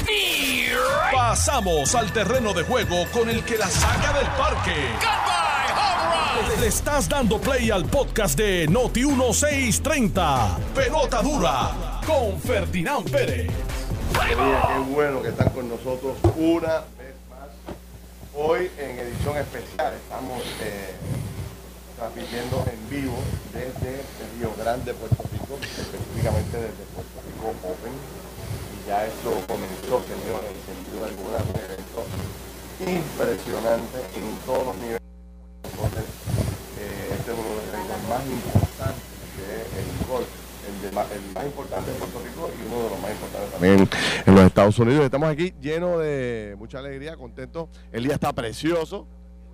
Pasamos al terreno de juego con el que la saca del parque. Le estás dando play al podcast de Noti 1630. Pelota dura con Ferdinand Pérez. Qué bueno que están con nosotros una vez más. Hoy en edición especial estamos transmitiendo en vivo desde Río Grande, Puerto Rico, específicamente desde Puerto Rico Open. Y ya esto comenzó, señores, sin duda alguna, un evento impresionante en todos los niveles. Entonces, este es uno de los eventos más importantes del golf. El más importante en Puerto Rico y uno de los más importantes también en los Estados Unidos. Estamos aquí llenos de mucha alegría, contentos. El día está precioso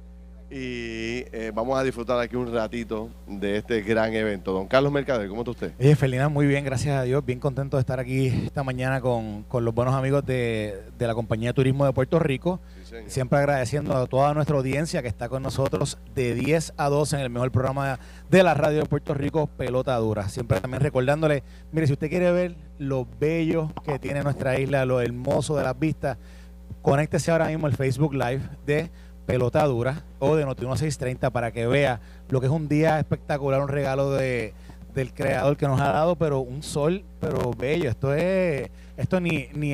y vamos a disfrutar aquí un ratito de este gran evento. Don Carlos Mercader, ¿cómo está usted? Felina, muy bien, gracias a Dios. Bien contento de estar aquí esta mañana con los buenos amigos de la Compañía de Turismo de Puerto Rico. Sí, siempre agradeciendo a toda nuestra audiencia que está con nosotros de 10 a 12 en el mejor programa de la radio de Puerto Rico, Pelota Dura. Siempre también recordándole, mire, si usted quiere ver lo bello que tiene nuestra isla, lo hermoso de las vistas, conéctese ahora mismo al Facebook Live de Pelota Dura o de Noti 1630 para que vea lo que es un día espectacular, un regalo del creador que nos ha dado, pero un sol, pero bello. Esto ni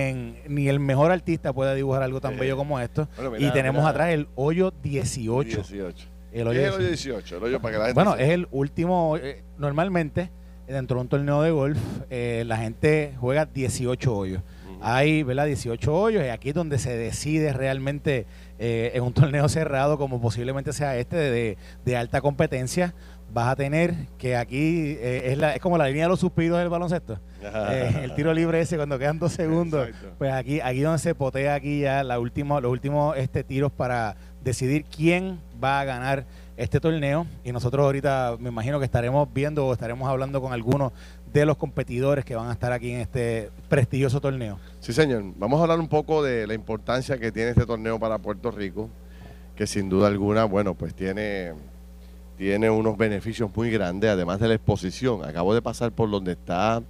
el mejor artista puede dibujar algo tan bello como esto. Bueno, mira, y tenemos atrás el hoyo 18. El hoyo 18. El hoyo para que la gente bueno, es el último. Normalmente, dentro de un torneo de golf, la gente juega 18 hoyos. Hay, ¿verdad? 18 hoyos, y aquí es donde se decide realmente en un torneo cerrado, como posiblemente sea este, de alta competencia. Vas a tener que aquí es como la línea de los suspiros del baloncesto. El tiro libre ese cuando quedan 2 segundos. Exacto. Pues aquí donde se potea aquí ya los últimos tiros para decidir quién va a ganar este torneo. Y nosotros ahorita me imagino que estaremos viendo o estaremos hablando con algunos de los competidores que van a estar aquí en este prestigioso torneo. Sí, señor. Vamos a hablar un poco de la importancia que tiene este torneo para Puerto Rico, que sin duda alguna, bueno, pues tiene unos beneficios muy grandes, además de la exposición. Acabo de pasar por donde está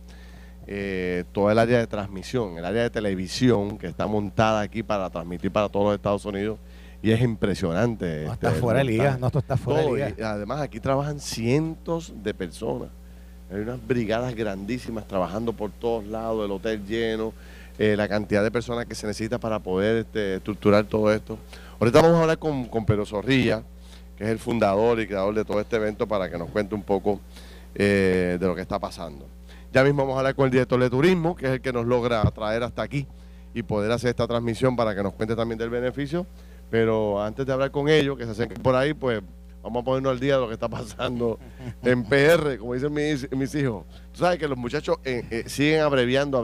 todo el área de transmisión, el área de televisión que está montada aquí para transmitir para todos los Estados Unidos, y es impresionante. No, está fuera de liga, esto está fuera de liga. Y además aquí trabajan cientos de personas. Hay unas brigadas grandísimas trabajando por todos lados, el hotel lleno, la cantidad de personas que se necesita para poder estructurar todo esto. Ahorita vamos a hablar con Pedro Zorrilla, que es el fundador y creador de todo este evento, para que nos cuente un poco de lo que está pasando. Ya mismo vamos a hablar con el director de turismo, que es el que nos logra traer hasta aquí y poder hacer esta transmisión para que nos cuente también del beneficio. Pero antes de hablar con ellos, que se acerquen por ahí, pues vamos a ponernos al día de lo que está pasando en PR, como dicen mis hijos. Tú sabes que los muchachos siguen abreviando,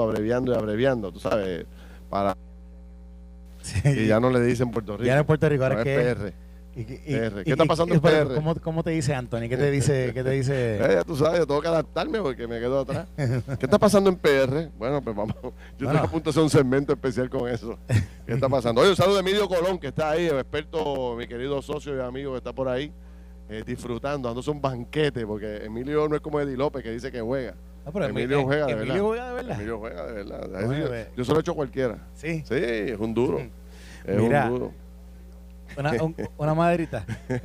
tú sabes, para... Sí. Y ya no le dicen Puerto Rico. Ya no es Puerto Rico, ahora es PR. PR. ¿Qué está pasando en PR? ¿Cómo te dice Anthony? ¿Qué te dice? Ya tú sabes, yo tengo que adaptarme porque me quedo atrás. ¿Qué está pasando en PR? Bueno, pues vamos. Yo estoy a punto de hacer un segmento especial con eso. ¿Qué está pasando? Oye, un saludo de Emilio Colón, que está ahí, el experto, mi querido socio y amigo que está por ahí, disfrutando, dándose un banquete, porque Emilio no es como Eddie López, que dice que juega. No, pero Emilio juega de verdad. Emilio juega de verdad. Yo se lo he hecho cualquiera. Sí. Sí, es un duro. Mira, un duro. Una maderita.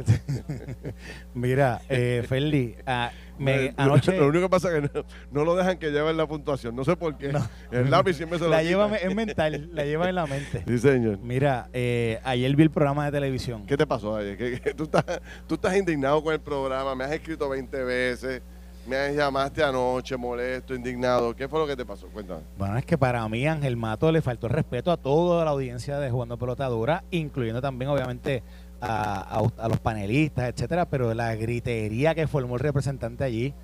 Mira, Ferli, anoche... Lo único que pasa es que no lo dejan que lleven la puntuación. No sé por qué. No. El lápiz siempre se lo lleva es mental, la lleva en la mente. Sí, señor. Mira, ayer vi el programa de televisión. ¿Qué te pasó ayer? Tú estás indignado con el programa, me has escrito 20 veces, me llamaste anoche molesto, indignado. ¿Qué fue lo que te pasó? Cuéntame. Bueno, es que para mí Ángel Mato le faltó el respeto a toda la audiencia de Jugando Pelota Dura, incluyendo también obviamente a los panelistas, etcétera, pero la gritería que formó el representante allí,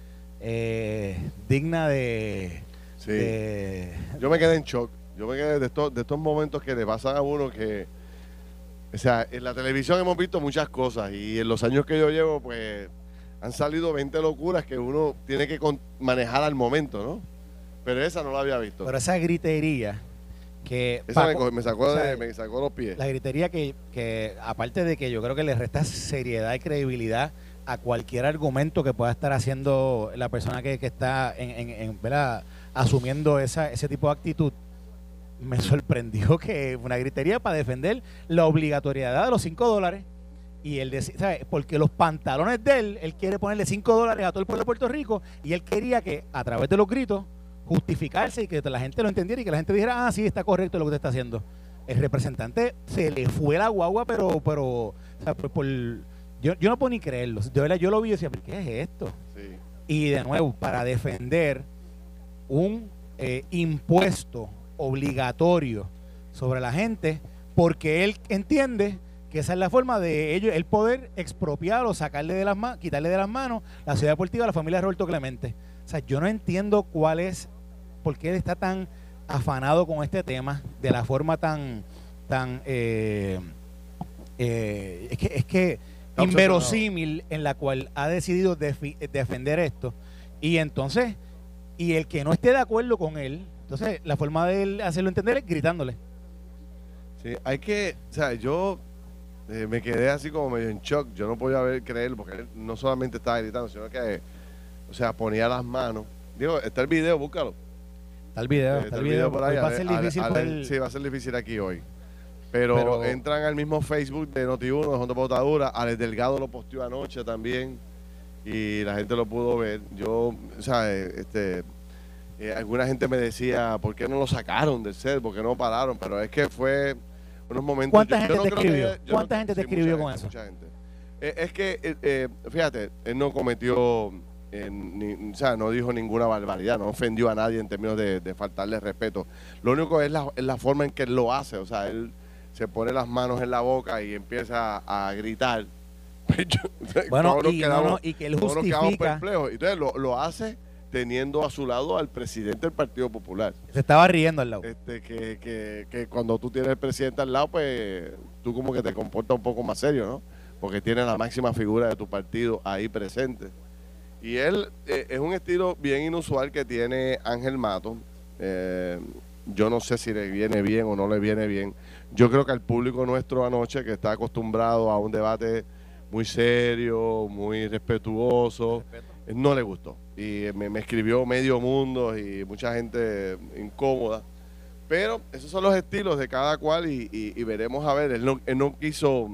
digna de... Sí. Yo me quedé en shock. Yo me quedé de estos momentos que le pasan a uno que... O sea, en la televisión hemos visto muchas cosas y en los años que yo llevo, pues... Han salido 20 locuras que uno tiene que manejar al momento, ¿no? Pero esa no la había visto. Pero esa gritería que... Esa me sacó los pies. La gritería que aparte de que yo creo que le resta seriedad y credibilidad a cualquier argumento que pueda estar haciendo la persona que está ¿verdad? Asumiendo ese tipo de actitud, me sorprendió que una gritería para defender la obligatoriedad de los $5. Y él decía, ¿sabes? Porque los pantalones de él quiere ponerle $5 a todo el pueblo de Puerto Rico, y él quería que a través de los gritos justificarse y que la gente lo entendiera y que la gente dijera, sí, está correcto lo que usted está haciendo. El representante se le fue la guagua, pero o sea, yo no puedo ni creerlo. De verdad, yo lo vi y decía, ¿pero qué es esto? Sí. Y de nuevo, para defender un impuesto obligatorio sobre la gente, porque él entiende que esa es la forma de ellos, el poder expropiar o sacarle de las manos, quitarle de las manos la ciudad deportiva a la familia de Roberto Clemente. O sea, yo no entiendo por qué él está tan afanado con este tema, de la forma tan es que inverosímil en la cual ha decidido defender esto. Y entonces, y el que no esté de acuerdo con él, entonces la forma de él hacerlo entender es gritándole. Sí, o sea, yo me quedé así como medio en shock. Yo no podía creerlo, porque él no solamente estaba gritando, sino que, o sea, ponía las manos. Digo, está el video, búscalo. Está el video por ahí. Va a ser difícil. Sí, va a ser difícil aquí hoy. Pero entran al mismo Facebook de Noti1, de Jonte Botadura. Alex Delgado lo posteó anoche también, y la gente lo pudo ver. Yo, o sea, alguna gente me decía, ¿por qué no lo sacaron del set? ¿Por qué no pararon? Pero es que fue unos momentos... ¿Cuánta gente te escribió? ¿Cuánta gente te escribió con eso? Mucha gente. Es que, fíjate, él no cometió, o sea, no dijo ninguna barbaridad, no ofendió a nadie en términos de faltarle respeto. Lo único es la forma en que él lo hace. O sea, él se pone las manos en la boca y empieza a gritar. Bueno, y que él justifica. Entonces lo hace teniendo a su lado al presidente del Partido Popular. Se estaba riendo al lado. Que cuando tú tienes el presidente al lado, pues tú como que te comportas un poco más serio, ¿no? Porque tienes la máxima figura de tu partido ahí presente. Y él es un estilo bien inusual que tiene Ángel Matos. Yo no sé si le viene bien o no le viene bien. Yo creo que al público nuestro anoche, que está acostumbrado a un debate muy serio, muy respetuoso, no le gustó. Y me escribió medio mundo y mucha gente incómoda. Pero esos son los estilos de cada cual, y veremos a ver. Él no quiso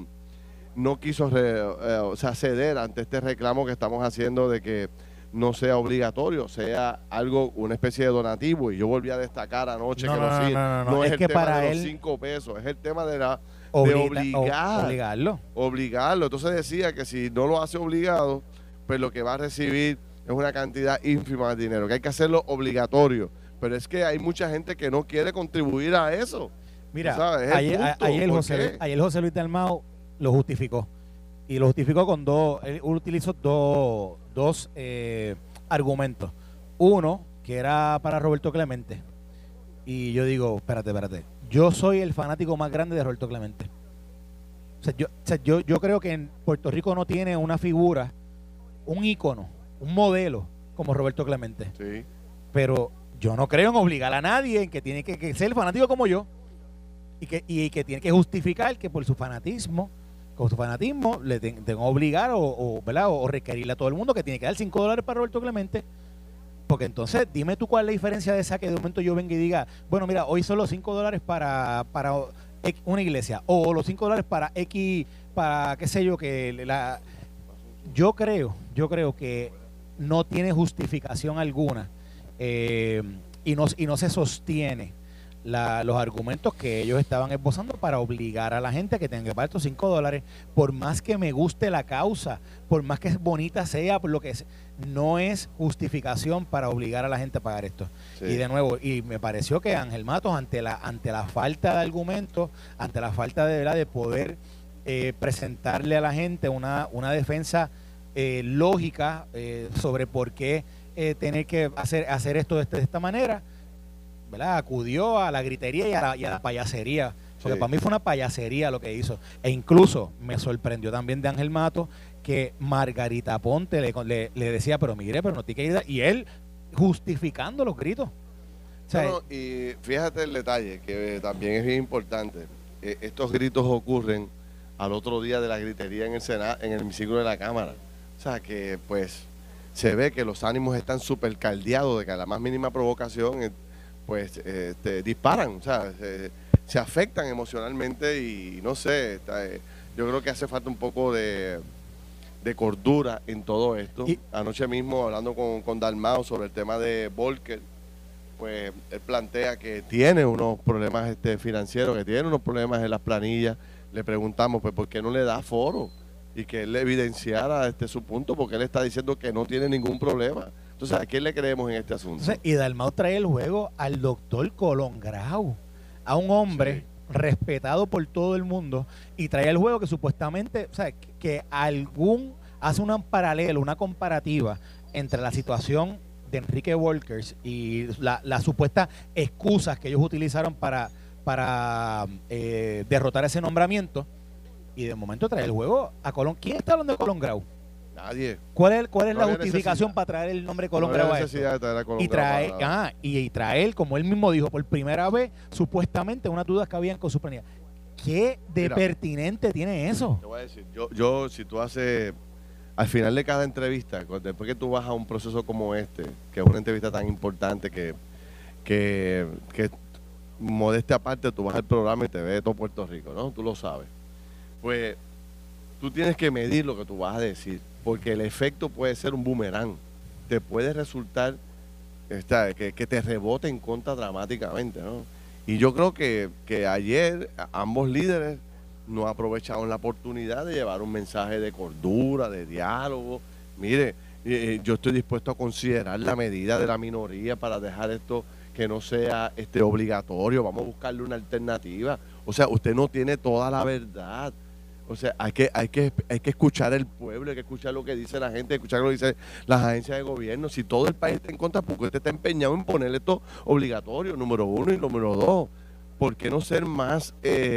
o sea, ceder ante este reclamo que estamos haciendo de que no sea obligatorio, sea algo, una especie de donativo. Y yo volví a destacar anoche no es el tema para de los 5 pesos, es el tema de obligarlo. Entonces decía que si no lo hace obligado, pues lo que va a recibir es una cantidad ínfima de dinero, que hay que hacerlo obligatorio. Pero es que hay mucha gente que no quiere contribuir a eso. Mira, ayer José Luis Dalmau lo justificó. Y lo justificó con él utilizó dos argumentos. Uno, que era para Roberto Clemente. Y yo digo, espérate. Yo soy el fanático más grande de Roberto Clemente. Yo creo que en Puerto Rico no tiene una figura, un ícono, un modelo como Roberto Clemente. Sí. Pero yo no creo en obligar a nadie en que tiene que ser fanático como yo. Y que tiene que justificar que por su fanatismo, con su fanatismo, le tengo que obligar o requerirle a todo el mundo que tiene que dar $5 para Roberto Clemente. Porque entonces, dime tú cuál es la diferencia de esa, que de momento yo venga y diga, bueno, mira, hoy son los $5 para una iglesia, o los $5 para X, para qué sé yo, yo creo que no tiene justificación alguna, y no se sostiene los argumentos que ellos estaban esbozando para obligar a la gente a que tenga que pagar estos $5, por más que me guste la causa, por más que bonita sea, por lo que no es justificación para obligar a la gente a pagar esto. Sí. Y de nuevo, y me pareció que Ángel Matos, ante la falta de argumentos, ante la falta de poder presentarle a la gente una defensa lógica sobre por qué tener que hacer esto de esta manera, ¿verdad? Acudió a la gritería y a la payasería. Porque para mí fue una payasería lo que hizo. E incluso me sorprendió también de Ángel Matos que Margarita Ponte le decía, pero no tiene que ir. Y él justificando los gritos. O sea, y fíjate el detalle, que también es bien importante. Estos gritos ocurren al otro día de la gritería en el Senado, en el hemiciclo de la Cámara. O sea que pues se ve que los ánimos están súper caldeados, de que a la más mínima provocación pues disparan, o sea, se afectan emocionalmente y no sé, yo creo que hace falta un poco de cordura en todo esto. Anoche mismo, hablando con Dalmau sobre el tema de Volker, pues él plantea que tiene unos problemas financieros, que tiene unos problemas en las planillas. Le preguntamos, pues, ¿por qué no le da foro? Y que él le evidenciara su punto, porque él está diciendo que no tiene ningún problema. Entonces, ¿a quién le creemos en este asunto? Entonces, y Dalmau trae el juego al doctor Colón Grau, a un hombre respetado por todo el mundo, y trae el juego que supuestamente, o sea, que hace un paralelo, una comparativa entre la situación de Enrique Volkers y las supuestas excusas que ellos utilizaron para derrotar ese nombramiento, y de momento trae el juego a Colón. ¿Quién está hablando de Colón Grau? Nadie. ¿Cuál es la justificación para traer el nombre de Colón Grau a esto? Y traer, como él mismo dijo, por primera vez, supuestamente, unas dudas que habían con su planilla. ¿Qué de pertinente tiene eso? Te voy a decir, yo si tú haces, al final de cada entrevista, después que tú vas a un proceso como este, que es una entrevista tan importante que modestia aparte, tú vas al programa y te ve todo Puerto Rico, ¿no? Tú lo sabes. Pues tú tienes que medir lo que tú vas a decir, porque el efecto puede ser un boomerang. Te puede resultar que te rebote en contra dramáticamente, ¿no? Y yo creo que ayer ambos líderes no aprovecharon la oportunidad de llevar un mensaje de cordura, de diálogo. Mire, yo estoy dispuesto a considerar la medida de la minoría para dejar esto que no sea obligatorio. Vamos a buscarle una alternativa. O sea, usted no tiene toda la verdad. O sea, hay que escuchar el pueblo, hay que escuchar lo que dice la gente, escuchar lo que dicen las agencias de gobierno. Si todo el país está en contra, ¿por qué usted está empeñado en ponerle esto obligatorio, número uno y número dos? ¿Por qué no ser más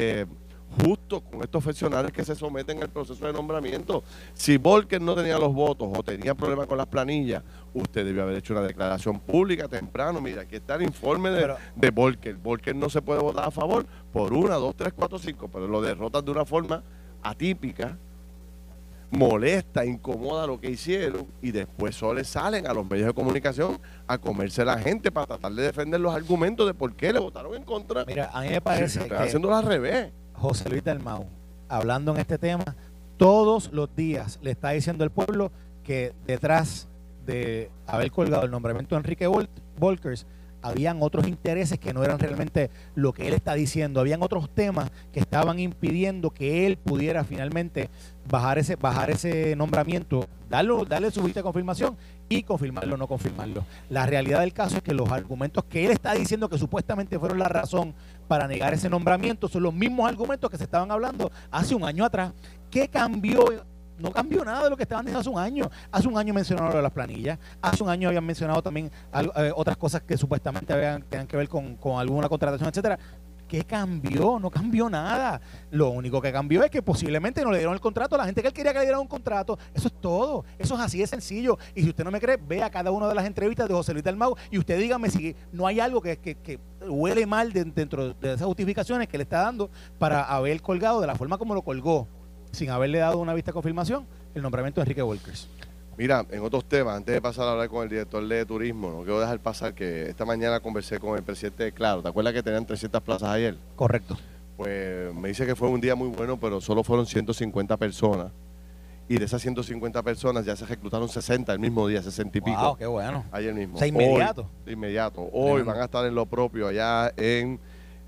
justo con estos funcionarios que se someten al proceso de nombramiento? Si Volker no tenía los votos o tenía problemas con las planillas, usted debió haber hecho una declaración pública temprano. Mira, aquí está el informe de Volker. Volker no se puede votar a favor por 1, 2, 3, 4, 5, pero lo derrotan de una forma atípica, molesta, incomoda lo que hicieron, y después solo salen a los medios de comunicación a comerse a la gente para tratar de defender los argumentos de por qué le votaron en contra. Mira, a mí me parece que haciéndolo al revés. José Luis Dalmau, hablando en este tema, todos los días le está diciendo al pueblo que detrás de haber colgado el nombramiento de Enrique Volkers habían otros intereses que no eran realmente lo que él está diciendo, habían otros temas que estaban impidiendo que él pudiera finalmente bajar ese nombramiento, darle su vista de confirmación y confirmarlo o no confirmarlo. La realidad del caso es que los argumentos que él está diciendo que supuestamente fueron la razón para negar ese nombramiento son los mismos argumentos que se estaban hablando hace un año atrás. ¿Qué cambió? No cambió nada de lo que estaban diciendo hace un año. Hace un año mencionaron lo de las planillas. Hace un año habían mencionado también otras cosas que supuestamente tenían que ver con alguna contratación, etcétera. ¿Qué cambió? No cambió nada. Lo único que cambió es que posiblemente no le dieron el contrato a la gente que él quería que le dieran un contrato. Eso es todo. Eso es así de sencillo. Y si usted no me cree, vea cada una de las entrevistas de José Luis Dalmau y usted dígame si no hay algo que huele mal dentro de esas justificaciones que le está dando para haber colgado de la forma como lo colgó, sin haberle dado una vista de confirmación, el nombramiento de Enrique Volkers. Mira, en otros temas, antes de pasar a hablar con el director de turismo, no quiero dejar pasar que esta mañana conversé con el presidente de Claro. ¿Te acuerdas que tenían 300 plazas ayer? Correcto. Pues me dice que fue un día muy bueno, pero solo fueron 150 personas. Y de esas 150 personas ya se reclutaron 60 el mismo día, 60 y pico. ¡Wow, qué bueno! Ayer mismo. O sea, inmediato. De inmediato. Hoy van a estar en lo propio allá en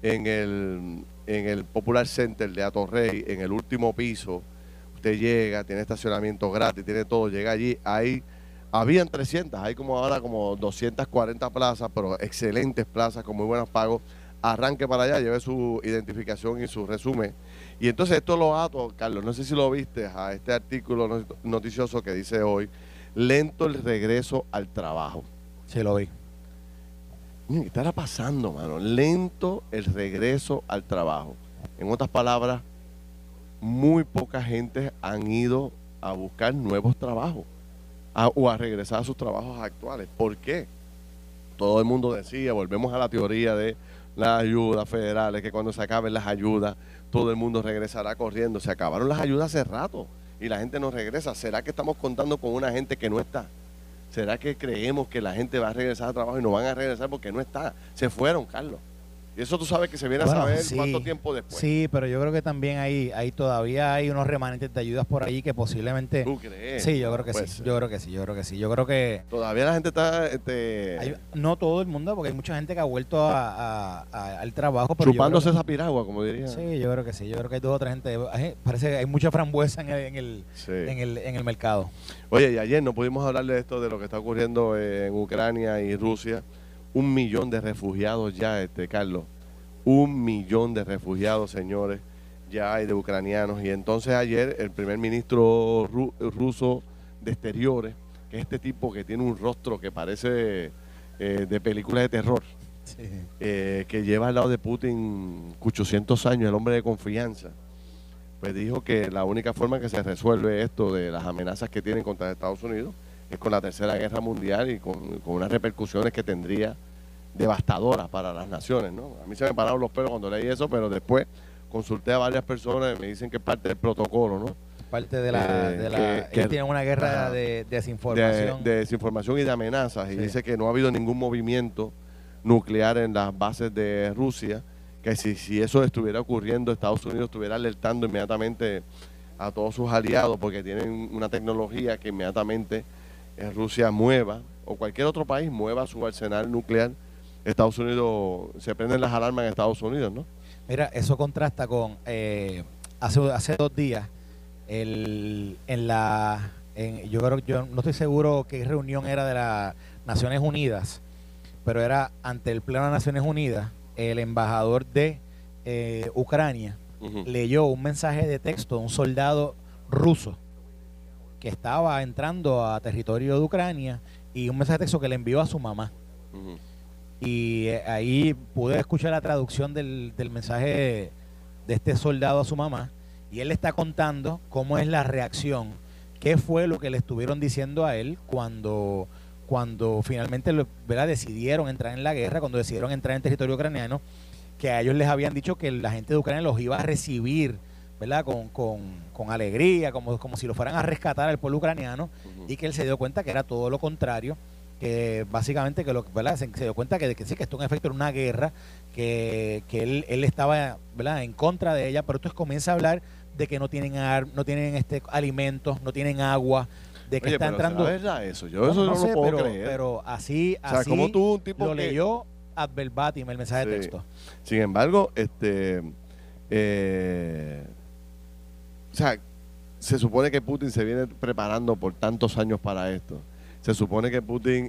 el Popular Center de Atorrey, en el último piso. Usted llega, tiene estacionamiento gratis, tiene todo, llega allí, habían 300, hay como ahora como 240 plazas, pero excelentes plazas con muy buenos pagos. Arranque para allá, lleve su identificación y su resumen. Y entonces esto lo ato, Carlos, no sé si lo viste, a este artículo noticioso que dice hoy, lento el regreso al trabajo. Sí, lo vi. ¿Qué estará pasando, mano? Lento el regreso al trabajo. En otras palabras, muy poca gente han ido a buscar nuevos trabajos o a regresar a sus trabajos actuales. ¿Por qué? Todo el mundo decía, volvemos a la teoría de las ayudas federales, que cuando se acaben las ayudas, todo el mundo regresará corriendo. Se acabaron las ayudas hace rato y la gente no regresa. ¿Será que estamos contando con una gente que no está? ¿Será que creemos que la gente va a regresar a trabajo y no van a regresar porque no está? Se fueron, Carlos. Y eso tú sabes que se viene a saber cuánto tiempo después. Sí, pero yo creo que también hay todavía hay unos remanentes de ayudas por ahí que posiblemente... ¿Tú crees? Sí, yo creo que sí. Yo creo que... Todavía la gente está... no todo el mundo, porque hay mucha gente que ha vuelto al trabajo. Pero chupándose esa piragua, como diría. Sí, yo creo que sí. Yo creo que hay 2 o 3 gente... Parece que hay mucha frambuesa en el mercado. Oye, y ayer no pudimos hablar de esto, de lo que está ocurriendo en Ucrania y Rusia. 1 millón de refugiados ya, Carlos. 1 millón de refugiados, señores, ya hay de ucranianos. Y entonces ayer el primer ministro ruso de Exteriores, que es este tipo que tiene un rostro que parece de película de terror, sí. Que lleva al lado de Putin 800 años, el hombre de confianza, pues dijo que la única forma que se resuelve esto de las amenazas que tienen contra Estados Unidos es con la Tercera Guerra Mundial y con unas repercusiones que tendría devastadoras para las naciones, ¿no? A mí se me pararon los pelos cuando leí eso, pero después consulté a varias personas y me dicen que es parte del protocolo, ¿no? Parte de que tienen una guerra de desinformación. De desinformación y de amenazas. Sí. Y dice que no ha habido ningún movimiento nuclear en las bases de Rusia, que si eso estuviera ocurriendo, Estados Unidos estuviera alertando inmediatamente a todos sus aliados, porque tienen una tecnología que inmediatamente Rusia mueva, o cualquier otro país mueva su arsenal nuclear, Estados Unidos, se prenden las alarmas en Estados Unidos, ¿no? Mira, eso contrasta con hace 2 días yo no estoy seguro qué reunión era de las Naciones Unidas, pero era ante el Pleno de Naciones Unidas. El embajador de Ucrania leyó un mensaje de texto de un soldado ruso que estaba entrando a territorio de Ucrania, y un mensaje de texto que le envió a su mamá. Y ahí pude escuchar la traducción del mensaje de este soldado a su mamá, y él le está contando cómo es la reacción, qué fue lo que le estuvieron diciendo a él cuando finalmente, ¿verdad?, decidieron entrar en la guerra, cuando decidieron entrar en territorio ucraniano, que a ellos les habían dicho que la gente de Ucrania los iba a recibir, ¿verdad?, con alegría, como si lo fueran a rescatar al pueblo ucraniano, y que él se dio cuenta que era todo lo contrario, que básicamente ¿verdad?, se dio cuenta que sí, que esto en efecto era una guerra, que él estaba, ¿verdad?, en contra de ella, pero entonces comienza a hablar de que no tienen alimentos, no tienen agua, de que está entrando. ¿Es verdad eso? Yo eso no lo puedo creer. Pero así, o sea, como tú, un tipo lo leyó ad verbatim el mensaje de texto. Sin embargo, o sea, se supone que Putin se viene preparando por tantos años para esto. Se supone que Putin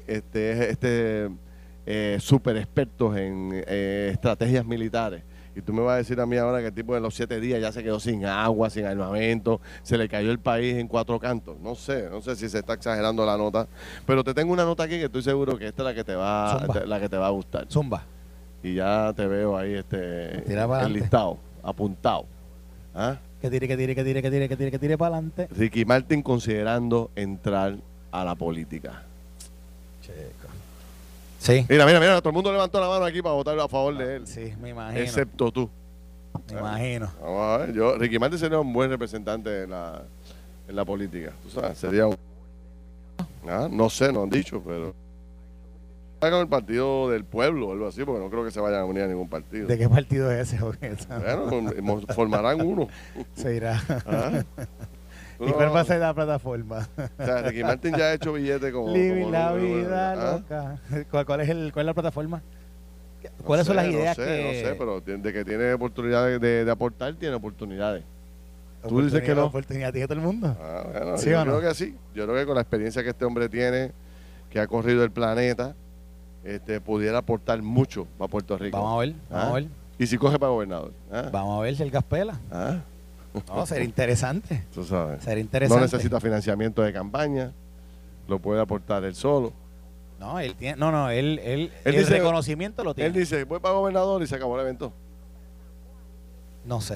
es súper experto en estrategias militares. Y tú me vas a decir a mí ahora que el tipo de los 7 días ya se quedó sin agua, sin armamento, se le cayó el país en 4 cantos. No sé si se está exagerando la nota, pero te tengo una nota aquí que estoy seguro que esta es la que te va a gustar. Zumba. Y ya te veo ahí enlistado, apuntado. ¿Ah? Que tire para adelante. Ricky Martin considerando entrar a la política. Chico. Sí. Mira, todo el mundo levantó la mano aquí para votar a favor de él. Sí, me imagino. Excepto tú. Me imagino. Vamos a ver, Ricky Martin sería un buen representante en la política. Tú sabes, sería un... no sé, no han dicho, pero... con el Partido del Pueblo o algo así, porque no creo que se vayan a unir a ningún partido. ¿De qué partido es ese? Bueno, formarán uno. Se irá. ¿Y cuál va a ser la plataforma? O sea, Ricky Martin ya ha hecho billete como... la vida loca. ¿Cuál es la plataforma? ¿Cuáles son las ideas No sé, pero de que tiene oportunidades de aportar, tiene oportunidades. ¿Tú dices que no? ¿Oportunidad tiene todo el mundo? Bueno, ¿Sí yo creo que sí. Yo creo que con la experiencia que este hombre tiene, que ha corrido el planeta, pudiera aportar mucho para Puerto Rico. Vamos a ver. ¿Y si coge para gobernador? Vamos a ver si el gas pela. No, sería interesante. Tú sabes. Sería interesante. No necesita financiamiento de campaña, lo puede aportar él solo. No, él tiene, él el dice, reconocimiento lo tiene. Él dice, voy para gobernador y se acabó el evento. No sé.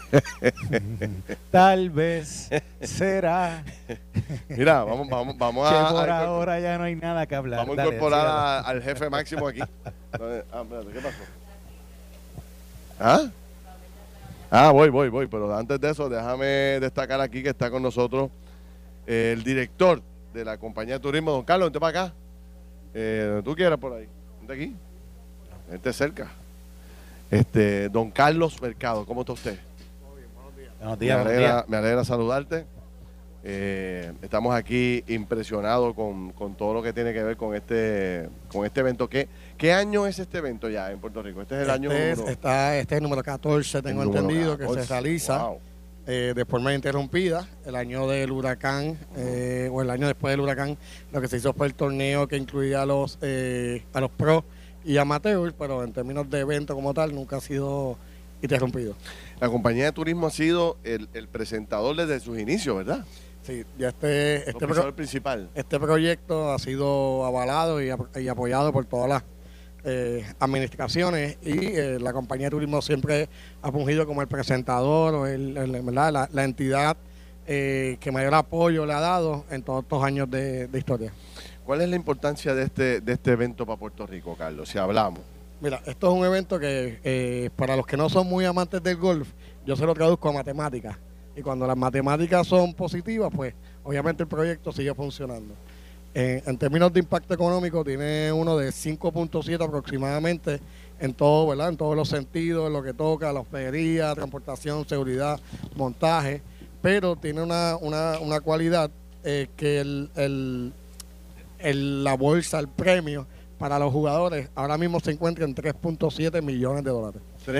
Tal vez será. Mira, vamos a... Que por ahora ya no hay nada que hablar. Vamos a incorporar al jefe máximo aquí. Espérate, ¿qué pasó? Voy, pero antes de eso déjame destacar aquí que está con nosotros el director de la compañía de turismo. Don Carlos, vente para acá. Donde tú quieras por ahí. Vente aquí. Vente cerca. Don Carlos Mercado, ¿cómo está usted? Buenos días. Me alegra saludarte. Estamos aquí impresionados con todo lo que tiene que ver con este evento. ¿Qué año es este evento ya en Puerto Rico? Este es el año número... Este es el número 14, tengo entendido, 14, que se realiza de forma ininterrumpida. El año del huracán, o el año después del huracán, lo que se hizo fue el torneo que incluía a los pros y amateurs, pero en términos de evento como tal, nunca ha sido interrumpido. La compañía de turismo ha sido el presentador desde sus inicios, ¿verdad? Sí, ya el principal. Este proyecto ha sido avalado y apoyado por todas las administraciones y la compañía de turismo siempre ha fungido como el presentador o la entidad que mayor apoyo le ha dado en todos estos años de historia. ¿Cuál es la importancia de este evento para Puerto Rico, Carlos, si hablamos? Mira, esto es un evento que para los que no son muy amantes del golf, yo se lo traduzco a matemáticas. Y cuando las matemáticas son positivas, pues obviamente el proyecto sigue funcionando. En términos de impacto económico, tiene uno de 5.7 aproximadamente en todo, ¿verdad? En todos los sentidos, en lo que toca, la hospedería, transportación, seguridad, montaje. Pero tiene una cualidad que la bolsa, el premio para los jugadores, ahora mismo se encuentra en 3.7 millones de dólares.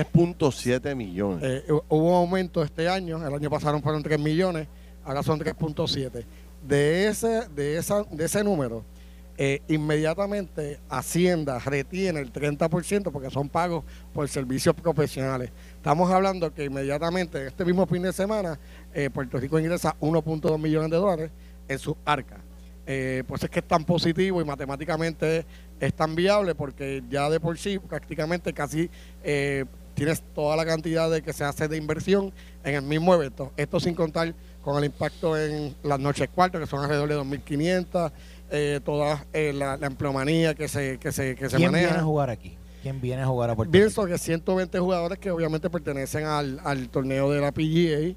3.7 millones. Hubo un aumento este año, el año pasado fueron 3 millones, ahora son 3.7. De ese número, inmediatamente Hacienda retiene el 30% porque son pagos por servicios profesionales. Estamos hablando que inmediatamente, este mismo fin de semana, Puerto Rico ingresa 1.2 millones de dólares en sus arcas. Pues es que es tan positivo y matemáticamente es tan viable porque ya de por sí prácticamente casi tienes toda la cantidad de que se hace de inversión en el mismo evento. Esto sin contar con el impacto en las noches cuartos, que son alrededor de 2.500, toda la empleomanía que se maneja. ¿Quién viene a jugar aquí? ¿Quién viene a jugar a Puerto Rico? Pienso que 120 jugadores que obviamente pertenecen al torneo de la PGA.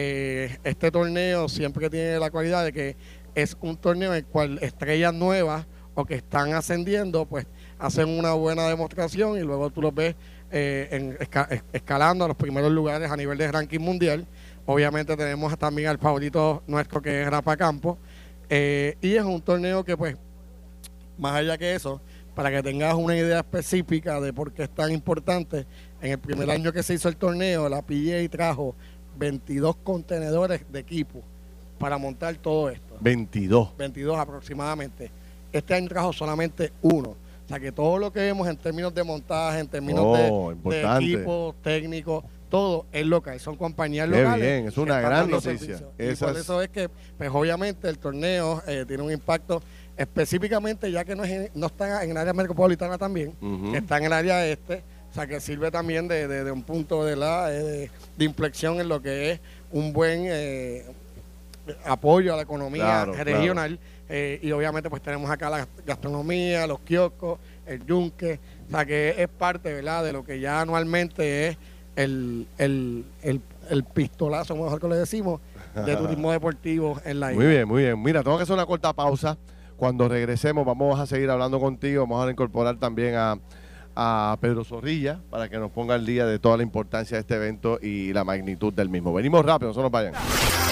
Este torneo siempre tiene la cualidad de que es un torneo en el cual estrellas nuevas o que están ascendiendo, pues hacen una buena demostración y luego tú los ves escalando a los primeros lugares a nivel de ranking mundial. Obviamente tenemos también al favorito nuestro que es Rafa Campos, y es un torneo que pues, más allá que eso, para que tengas una idea específica de por qué es tan importante, en el primer año que se hizo el torneo, la PGA trajo 22 contenedores de equipo para montar todo esto. 22 aproximadamente. Este año trajo solamente uno. O sea que todo lo que vemos en términos de montaje, en términos de equipos técnicos, todo es local. Son compañías locales. Qué bien, es una gran noticia. Y por eso es que, pues obviamente el torneo tiene un impacto específicamente, ya que no está en el área metropolitana también, que está en el área este. O sea que sirve también de un punto de inflexión en lo que es un buen apoyo a la economía regional. Y obviamente pues tenemos acá la gastronomía, los kioscos, el yunque. O sea que es parte, ¿verdad?, de lo que ya anualmente es el pistolazo, mejor que le decimos, de turismo deportivo en la isla. Muy bien, muy bien. Mira, tengo que hacer una corta pausa. Cuando regresemos vamos a seguir hablando contigo. Vamos a incorporar también a Pedro Zorrilla para que nos ponga al día de toda la importancia de este evento y la magnitud del mismo. Venimos rápido, no se nos vayan.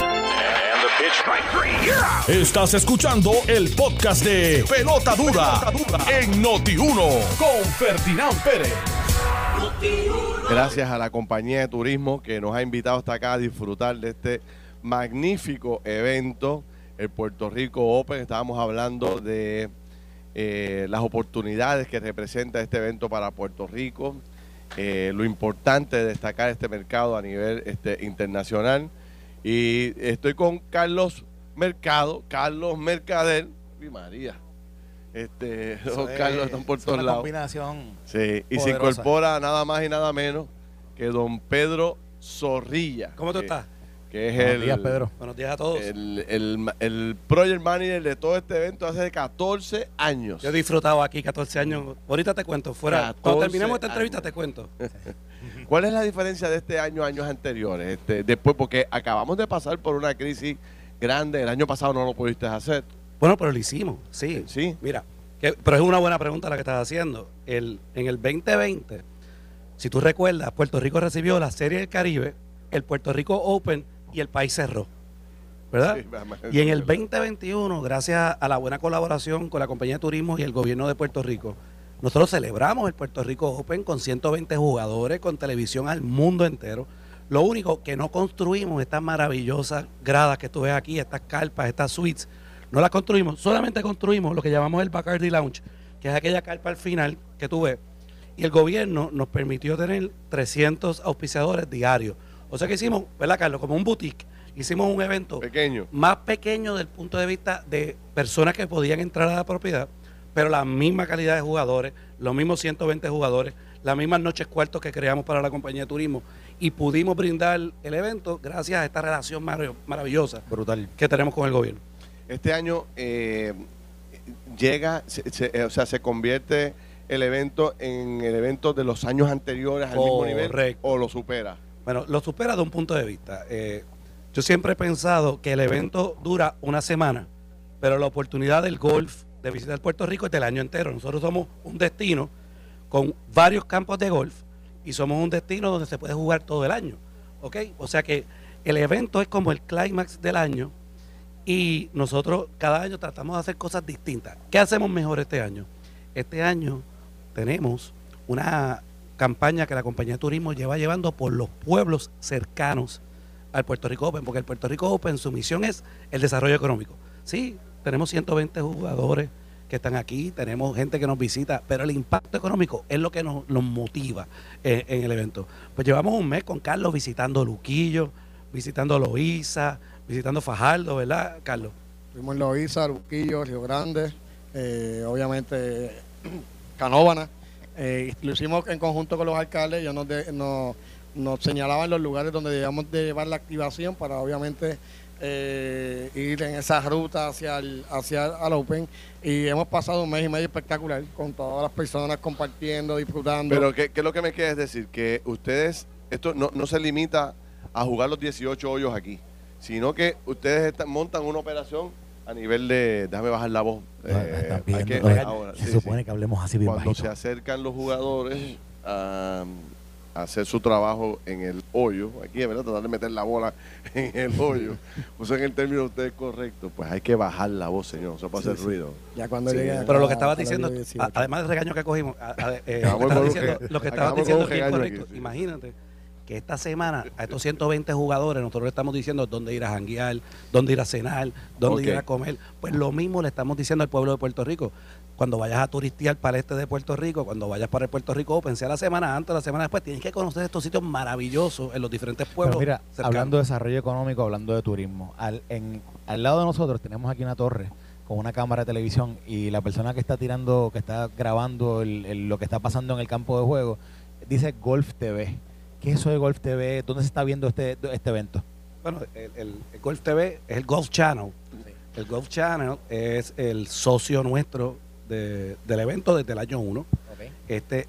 Estás escuchando el podcast de Pelota Dura en Noti1 con Ferdinand Pérez. Gracias a la compañía de turismo que nos ha invitado hasta acá a disfrutar de este magnífico evento, el Puerto Rico Open. Estábamos hablando de las oportunidades que representa este evento para Puerto Rico, lo importante de destacar este mercado a nivel internacional. Y estoy con Carlos Mercader. ¡Uy, María! Carlos están por todos lados. Combinación. Sí, y poderosa. se incorpora nada más y nada menos que don Pedro Zorrilla. ¿Cómo tú estás? Que es Buenos días, Pedro. Buenos días a todos. el project manager de todo este evento hace 14 años. Yo he disfrutado aquí 14 años. Ahorita te cuento. Cuando terminemos esta entrevista te cuento. ¿Cuál es la diferencia de este año a años anteriores? Después, porque acabamos de pasar por una crisis grande. El año pasado no lo pudiste hacer. Bueno, pero lo hicimos, sí. Sí. Mira, pero es una buena pregunta la que estás haciendo. En el 2020, si tú recuerdas, Puerto Rico recibió la Serie del Caribe, el Puerto Rico Open y el país cerró, ¿verdad? Sí, y en el 2021, gracias a la buena colaboración con la compañía de turismo y el gobierno de Puerto Rico, nosotros celebramos el Puerto Rico Open con 120 jugadores, con televisión al mundo entero. Lo único que no construimos, estas maravillosas gradas que tú ves aquí, estas carpas, estas suites, no las construimos, solamente construimos lo que llamamos el Bacardi Lounge, que es aquella carpa al final que tú ves. Y el gobierno nos permitió tener 300 auspiciadores diarios. O sea que hicimos, ¿verdad, Carlos? Como un boutique. Hicimos un evento más pequeño desde el punto de vista de personas que podían entrar a la propiedad, pero la misma calidad de jugadores, los mismos 120 jugadores, las mismas noches cuartos que creamos para la compañía de turismo, y pudimos brindar el evento gracias a esta relación maravillosa que tenemos con el gobierno. Este año se convierte el evento en el evento de los años anteriores al mismo nivel, o lo supera. Bueno, lo supera de un punto de vista. Yo siempre he pensado que el evento dura una semana, pero la oportunidad del golf, de visitar Puerto Rico, es del año entero. Nosotros somos un destino con varios campos de golf y somos un destino donde se puede jugar todo el año, ¿ok? O sea que el evento es como el clímax del año y nosotros cada año tratamos de hacer cosas distintas. ¿Qué hacemos mejor este año? Este año tenemos una campaña que la compañía de turismo lleva llevando por los pueblos cercanos al Puerto Rico Open, porque el Puerto Rico Open, su misión es el desarrollo económico. Sí, tenemos 120 jugadores que están aquí, tenemos gente que nos visita, pero el impacto económico es lo que nos motiva en el evento. Pues llevamos un mes con Carlos visitando Luquillo, visitando Loíza, visitando Fajardo, ¿verdad, Carlos? Fuimos en Loíza, Luquillo, Río Grande, obviamente Canóvana. Lo hicimos en conjunto con los alcaldes. Ellos nos señalaban los lugares donde debíamos de llevar la activación para obviamente ir en esa ruta hacia el Open, y hemos pasado un mes y medio espectacular con todas las personas compartiendo, disfrutando. Pero ¿qué es lo que me quieres decir? Que ustedes, esto no se limita a jugar los 18 hoyos aquí, sino que ustedes montan una operación a nivel de, déjame bajar la voz, se supone que hablemos así bien cuando bajito. se acercan los jugadores a hacer su trabajo en el hoyo, aquí, ¿verdad? Tratar de meter la bola en el hoyo, usen el término usted correcto, pues hay que bajar la voz, señor, no se puede hacer ruido. Ya cuando llegue pero lo que estabas diciendo, además del regaño que cogimos, lo que estabas diciendo es bien correcto. Aquí, imagínate que esta semana a estos 120 jugadores nosotros le estamos diciendo dónde ir a janguear, dónde ir a cenar, dónde ir a comer. Pues lo mismo le estamos diciendo al pueblo de Puerto Rico. Cuando vayas a turistear para el este de Puerto Rico, cuando vayas para el Puerto Rico Open, sea la semana antes o la semana después, tienes que conocer estos sitios maravillosos en los diferentes pueblos. Pero mira, cercanos. hablando de desarrollo económico, hablando de turismo, al lado de nosotros tenemos aquí una torre con una cámara de televisión, y la persona que está tirando, que está grabando lo que está pasando en el campo de juego, dice Golf TV. ¿Qué es eso de Golf TV? ¿Dónde se está viendo este evento? Bueno, el Golf TV es el Golf Channel. Sí. El Golf Channel es el socio nuestro del evento desde el año 1. Okay.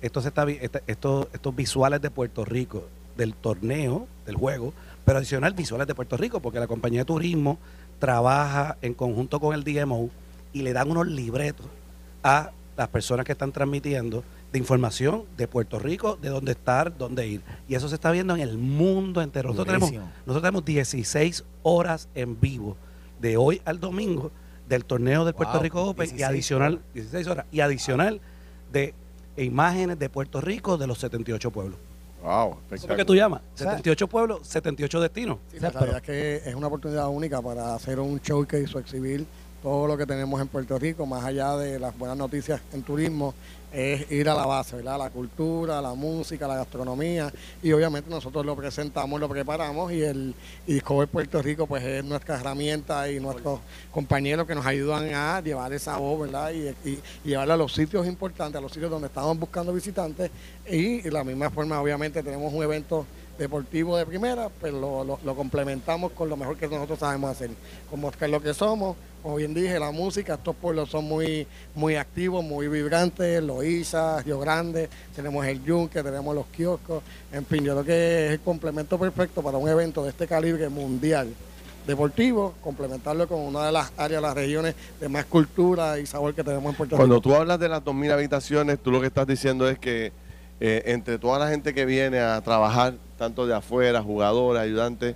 Estos visuales de Puerto Rico, del torneo, del juego, pero adicional visuales de Puerto Rico, porque la compañía de turismo trabaja en conjunto con el DMO y le dan unos libretos a las personas que están transmitiendo de información de Puerto Rico, de dónde estar, dónde ir. Y eso se está viendo en el mundo entero. Nosotros tenemos 16 horas en vivo, de hoy al domingo, del torneo del Puerto Rico Open, y adicional, 16 horas, y adicional de imágenes de Puerto Rico de los 78 pueblos. Wow, ¿Cómo es que tú llamas? 78 pueblos, 78 destinos. Sí, la verdad es que es una oportunidad única para hacer un showcase o exhibir todo lo que tenemos en Puerto Rico, más allá de las buenas noticias en turismo, es ir a la base, ¿verdad? La cultura, la música, la gastronomía, y obviamente nosotros lo presentamos, lo preparamos, y Discover Puerto Rico pues es nuestra herramienta y nuestros compañeros que nos ayudan a llevar esa voz, ¿verdad? Y llevarla a los sitios importantes, a los sitios donde estamos buscando visitantes, y de la misma forma obviamente tenemos un evento deportivo de primera, pero lo complementamos con lo mejor que nosotros sabemos hacer, con mostrar lo que somos. Como bien dije, la música, estos pueblos son muy, muy activos, muy vibrantes, Loíza, Río Grande, tenemos el Yunque, tenemos los kioscos, en fin, yo creo que es el complemento perfecto para un evento de este calibre mundial deportivo, complementarlo con una de las áreas, las regiones de más cultura y sabor que tenemos en Puerto Cuando Rico. tú hablas de las 2.000 habitaciones, tú lo que estás diciendo es que entre toda la gente que viene a trabajar, tanto de afuera, jugadores, ayudantes,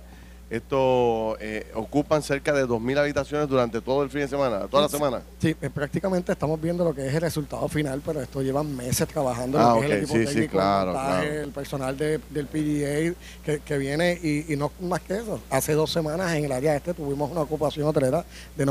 esto ocupan cerca de 2.000 habitaciones durante todo el fin de semana, toda la semana. Sí, prácticamente estamos viendo lo que es el resultado final, pero esto llevan meses trabajando, Ah, lo que es el ok, equipo sí, sí, técnico, claro, el montaje, claro. el personal del PGA que viene y no más que eso. Hace 2 semanas en el área este tuvimos una ocupación hotelera de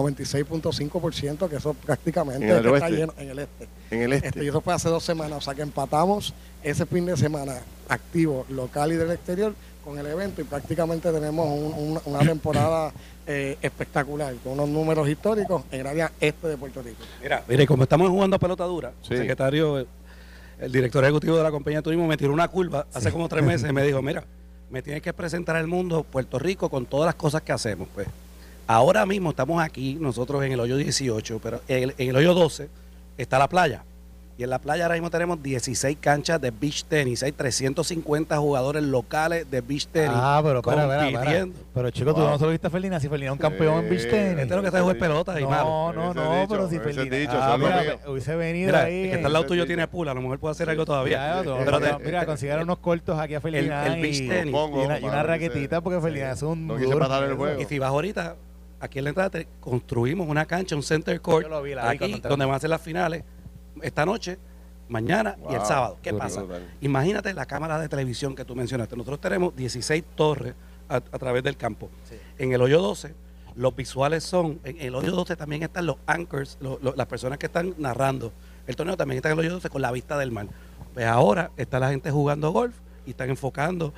96.5%, que eso prácticamente ¿En el está oeste? lleno en el este. En el este. Y eso fue hace 2 semanas, o sea que empatamos ese fin de semana activo, local y del exterior, con el evento y prácticamente tenemos una temporada espectacular, con unos números históricos en el área este de Puerto Rico. Mira, y como estamos jugando a pelota dura, Sí. el secretario, el director ejecutivo de la compañía de turismo me tiró una curva hace como 3 meses y me dijo, mira, me tienes que presentar al mundo Puerto Rico con todas las cosas que hacemos. Pues ahora mismo estamos aquí, nosotros en el hoyo 18, pero en el hoyo 12 está la playa. Y en la playa ahora mismo tenemos 16 canchas de beach tenis. Hay 350 jugadores locales de beach tenis. Pero espera. compitiendo. Pero chicos, tú no solo viste a Felina, si Felina es un campeón en beach tenis. Este es lo que está jugando pelota y malo. No, pero si hubiese Felina. dicho, eso es lo mío. Hubiese venido Mira, ahí. el que está al lado tuyo tiene pool, a lo mejor puede hacer algo todavía. Mira, consiguieron unos cortos aquí a Felina. el beach tenis. Y una raquetita, porque Felina es un. No quise parar el juego. Y si vas ahorita, aquí en la entrada construimos una cancha, un center court, Yo lo vi, la vi aquí cuando entré. donde van a ser las finales esta noche, mañana y el Wow, sábado. ¿Qué qué pasa? brutal. Imagínate la cámara de televisión que tú mencionaste. Nosotros tenemos 16 torres a través del campo. Sí. En el hoyo 12, los visuales son, en el hoyo 12 también están los anchors, las personas que están narrando. El torneo también está en el hoyo 12 con la vista del mar. Pues ahora está la gente jugando golf y están enfocando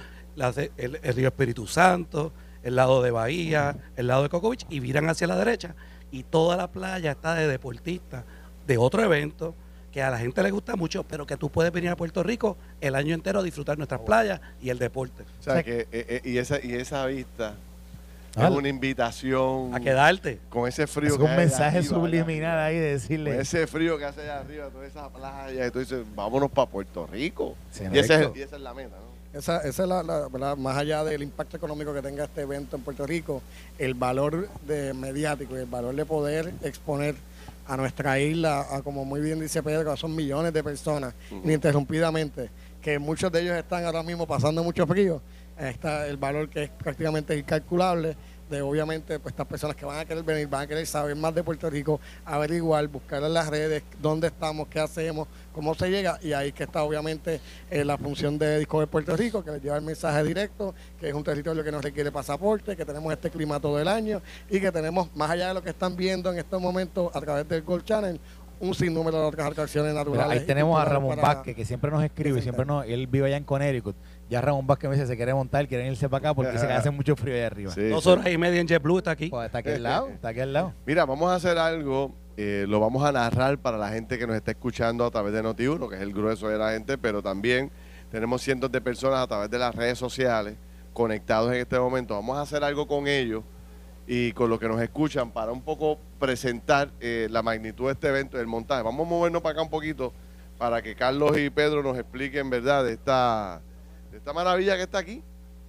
el río Espíritu Santo, el lado de Bahía, el lado de Coco Beach, y viran hacia la derecha y toda la playa está de deportistas de otro evento que a la gente le gusta mucho, pero que tú puedes venir a Puerto Rico el año entero a disfrutar nuestras playas y el deporte. O sea, que y esa vista Ah, es una invitación A quedarte. con ese frío Es que un hay allá mensaje arriba, subliminal ahí de con decirle. ese frío que hace allá arriba, toda esa playa, y tú dices, vámonos para Puerto Rico. Sí, Y esa correcto. es la meta, ¿no? Esa es ¿verdad? Más allá del impacto económico que tenga este evento en Puerto Rico, el valor mediático y el valor de poder exponer a nuestra isla, a, como muy bien dice Pedro, son millones de personas ininterrumpidamente, que muchos de ellos están ahora mismo pasando mucho frío. Está el valor que es prácticamente incalculable de obviamente pues estas personas que van a querer venir, van a querer saber más de Puerto Rico, averiguar, buscar en las redes dónde estamos, qué hacemos, cómo se llega, y ahí que está obviamente la función de Discover Puerto Rico, que les lleva el mensaje directo, que es un territorio que no requiere pasaporte, que tenemos este clima todo el año y que tenemos, más allá de lo que están viendo en estos momentos a través del Gold Channel, un sinnúmero de otras atracciones Mira, naturales. ahí tenemos a Ramón para- Vázquez, que siempre nos escribe, siempre él vive allá en Connecticut. Ya Ramón Vázquez me dice, se quiere montar, quieren irse para acá porque dice que hace mucho frío allá arriba. Sí, 2 sí. horas y media en JetBlue está aquí. Pues está aquí al lado, está aquí al lado. Mira, vamos a hacer algo, lo vamos a narrar para la gente que nos está escuchando a través de Noti1, que es el grueso de la gente, pero también tenemos cientos de personas a través de las redes sociales conectados en este momento. Vamos a hacer algo con ellos y con los que nos escuchan para un poco presentar la magnitud de este evento y el montaje. Vamos a movernos para acá un poquito para que Carlos y Pedro nos expliquen, ¿verdad?, de esta maravilla que está aquí.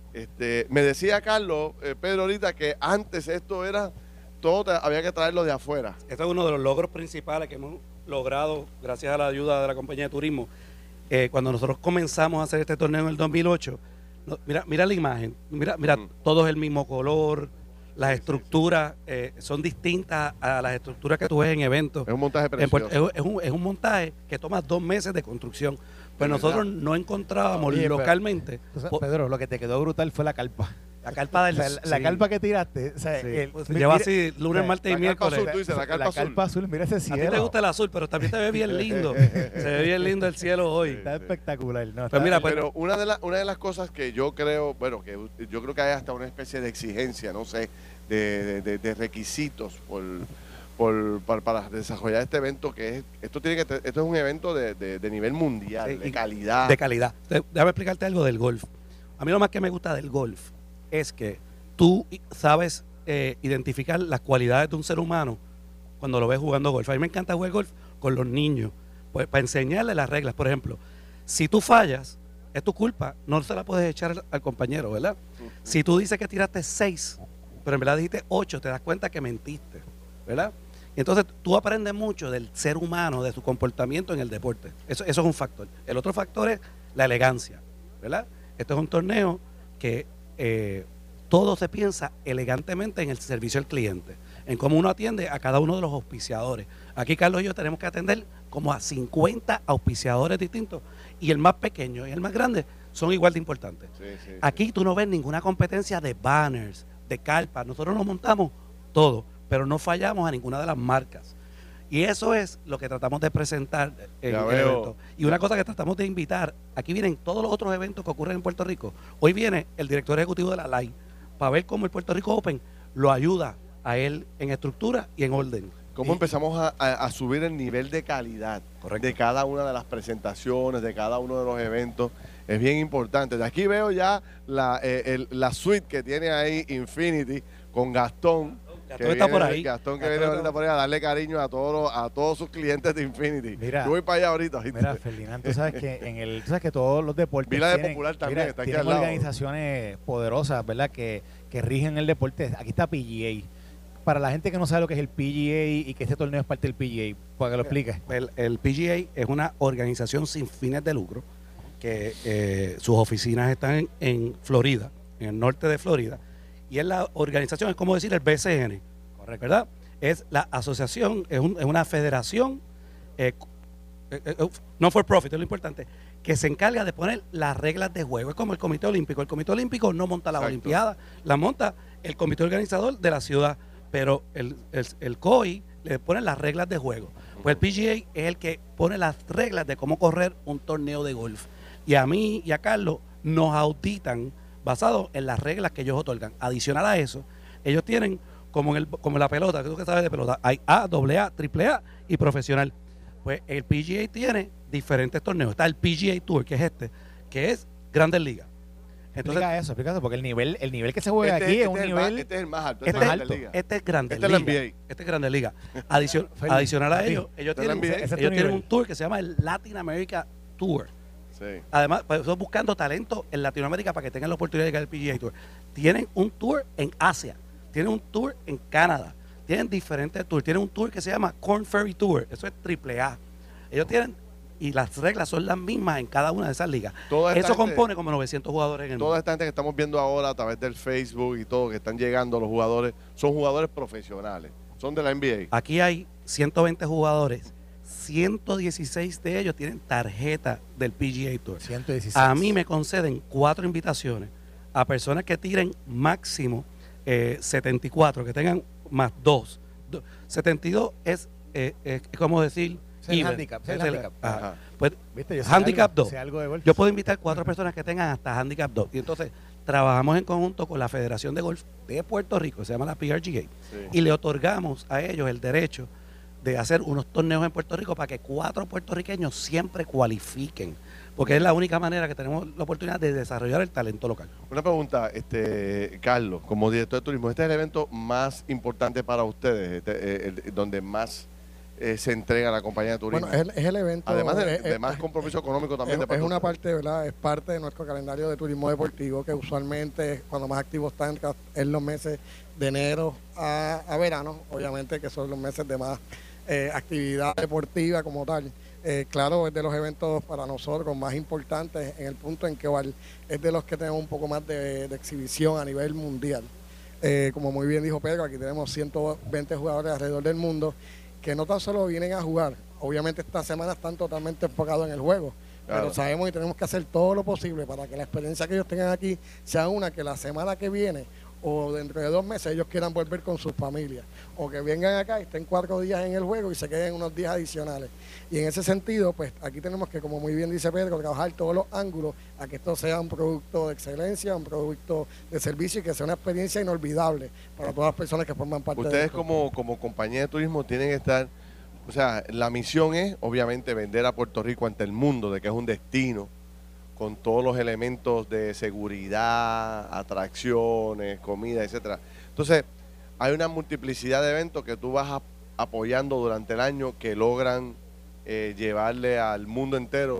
Me decía Carlos, Pedro ahorita, que antes esto era, había que traerlo de afuera. Este es uno de los logros principales que hemos logrado gracias a la ayuda de la compañía de turismo. Cuando nosotros comenzamos a hacer este torneo en el 2008, mira la imagen, mira todo es el mismo color, las estructuras son distintas a las estructuras que tú ves en eventos. Es un montaje En Puerto- precioso. es un montaje que toma 2 meses de construcción. Pues De nosotros verdad. no encontrábamos Oye, pero- localmente Tú sabes, Pedro, lo que te quedó brutal fue la carpa. la carpa del... O sea, la sí. carpa que tiraste, o sea, Sí. el- Pues mira- lleva así lunes, o sea, martes y la carpa miércoles. azul, tú dices, la carpa azul. mira ese A ti cielo. te gusta el azul, pero también te ve bien lindo. Se ve bien lindo el cielo hoy. Está espectacular. No, Pues mira, Pero una de las cosas que yo creo, bueno, que yo creo que hay hasta una especie de exigencia, no sé, de requisitos para desarrollar este evento, que es, esto es un evento de nivel mundial, Sí, de y calidad. De calidad. Déjame explicarte algo del golf. A mí lo más que me gusta del golf es que tú sabes identificar las cualidades de un ser humano cuando lo ves jugando golf. A mí me encanta jugar golf con los niños, pues, para enseñarles las reglas. Por ejemplo, si tú fallas, es tu culpa, no se la puedes echar al compañero, ¿verdad? Si tú dices que tiraste 6, pero en verdad dijiste 8, te das cuenta que mentiste, ¿verdad? Y entonces tú aprendes mucho del ser humano, de su comportamiento en el deporte. Eso es un factor. El otro factor es la elegancia, ¿verdad? Esto es un torneo que todo se piensa elegantemente en el servicio al cliente, en cómo uno atiende a cada uno de los auspiciadores. Aquí Carlos y yo tenemos que atender como a 50 auspiciadores distintos, y el más pequeño y el más grande son igual de importantes. Aquí tú no ves ninguna competencia de banners, de carpas. Nosotros nos montamos todo, pero no fallamos a ninguna de las marcas. Y eso es lo que tratamos de presentar en el evento. Y una cosa que tratamos de invitar, aquí vienen todos los otros eventos que ocurren en Puerto Rico. Hoy viene el director ejecutivo de la LAI para ver cómo el Puerto Rico Open lo ayuda a él en estructura y en orden. ¿Cómo empezamos a subir el nivel de calidad de cada una de las presentaciones, de cada uno de los eventos? Es bien importante. De aquí veo ya la suite que tiene ahí Infinity con Gastón. Gastón está por ahí. Gastón que viene ahorita por ahí a darle cariño a todos sus clientes de Infinity. Mira, yo voy para allá ahorita. ¿Viste? Mira, Ferdinand, tú sabes que todos los deportes Vila de Popular también está aquí al lado. Organizaciones poderosas, ¿verdad? Que rigen el deporte. Aquí está PGA. Para la gente que no sabe lo que es el PGA y que este torneo es parte del PGA, para que lo expliques. El PGA es una organización sin fines de lucro que sus oficinas están en Florida, en el norte de Florida, y es la organización, es como decir el BCN, correcto, ¿verdad? Es la asociación, es una federación no for profit, es lo importante, que se encarga de poner las reglas de juego. Es como el Comité Olímpico. El Comité Olímpico no monta las Olimpiadas, las monta el comité organizador de la ciudad, pero el COI le pone las reglas de juego. Pues el PGA es el que pone las reglas de cómo correr un torneo de golf. Y a mí y a Carlos nos auditan basado en las reglas que ellos otorgan. Adicional a eso, ellos tienen, como la pelota, que tú que sabes de pelota, hay A, AA, AAA y profesional. Pues el PGA tiene diferentes torneos. Está el PGA Tour, que es que es Grandes Ligas. Entonces, explica eso, porque el nivel que se juega aquí es un nivel. Este es el más alto. Este es Grandes Ligas. Este es Grandes Ligas. Adicional a ellos tienen un tour que se llama el Latin America Tour. Sí. Además, pues, estoy buscando talento en Latinoamérica para que tengan la oportunidad de llegar al PGA Tour. Tienen un tour en Asia, tienen un tour en Canadá, tienen diferentes tours. Tienen un tour que se llama Corn Ferry Tour, eso es AAA. Ellos tienen, y las reglas son las mismas en cada una de esas ligas. Eso compone como 900 jugadores en el mundo. Toda esta gente que estamos viendo ahora a través del Facebook y todo, que están llegando los jugadores, son jugadores profesionales, son de la NBA. Aquí hay 120 jugadores. 116 de ellos tienen tarjeta del PGA Tour. 116. A mí me conceden 4 invitaciones a personas que tiren máximo 74, que tengan más 2. 72 es como decir... el handicap. Pues, ¿viste? Handicap 2. Yo puedo invitar 4 personas que tengan hasta handicap 2. Y entonces trabajamos en conjunto con la Federación de Golf de Puerto Rico, se llama la PRGA, y le otorgamos a ellos el derecho de hacer unos torneos en Puerto Rico para que 4 puertorriqueños siempre cualifiquen, porque es la única manera que tenemos la oportunidad de desarrollar el talento local. Una pregunta, Carlos, como director de turismo, ¿este es el evento más importante para ustedes, donde más se entrega la compañía de turismo? Bueno, es el evento. Además de más compromiso económico también. Es una parte, ¿verdad? Es parte de nuestro calendario de turismo deportivo, que usualmente cuando más activos están en los meses de enero a verano, obviamente que son los meses de más actividad deportiva como tal. Claro, es de los eventos para nosotros más importantes en el punto en que es de los que tenemos un poco más de exhibición a nivel mundial. Como muy bien dijo Pedro, aquí tenemos 120 jugadores alrededor del mundo que no tan solo vienen a jugar, obviamente esta semana están totalmente enfocados en el juego, pero sabemos y tenemos que hacer todo lo posible para que la experiencia que ellos tengan aquí sea una que la semana que viene o dentro de 2 meses ellos quieran volver con sus familias, o que vengan acá y estén 4 días en el juego y se queden unos días adicionales. Y en ese sentido, pues aquí tenemos que, como muy bien dice Pedro, trabajar todos los ángulos a que esto sea un producto de excelencia, un producto de servicio y que sea una experiencia inolvidable para todas las personas que forman parte de esto. Ustedes como compañía de turismo tienen que estar, o sea, la misión es obviamente vender a Puerto Rico ante el mundo, de que es un destino con todos los elementos de seguridad, atracciones, comida, etcétera. Entonces, hay una multiplicidad de eventos que tú vas apoyando durante el año que logran llevarle al mundo entero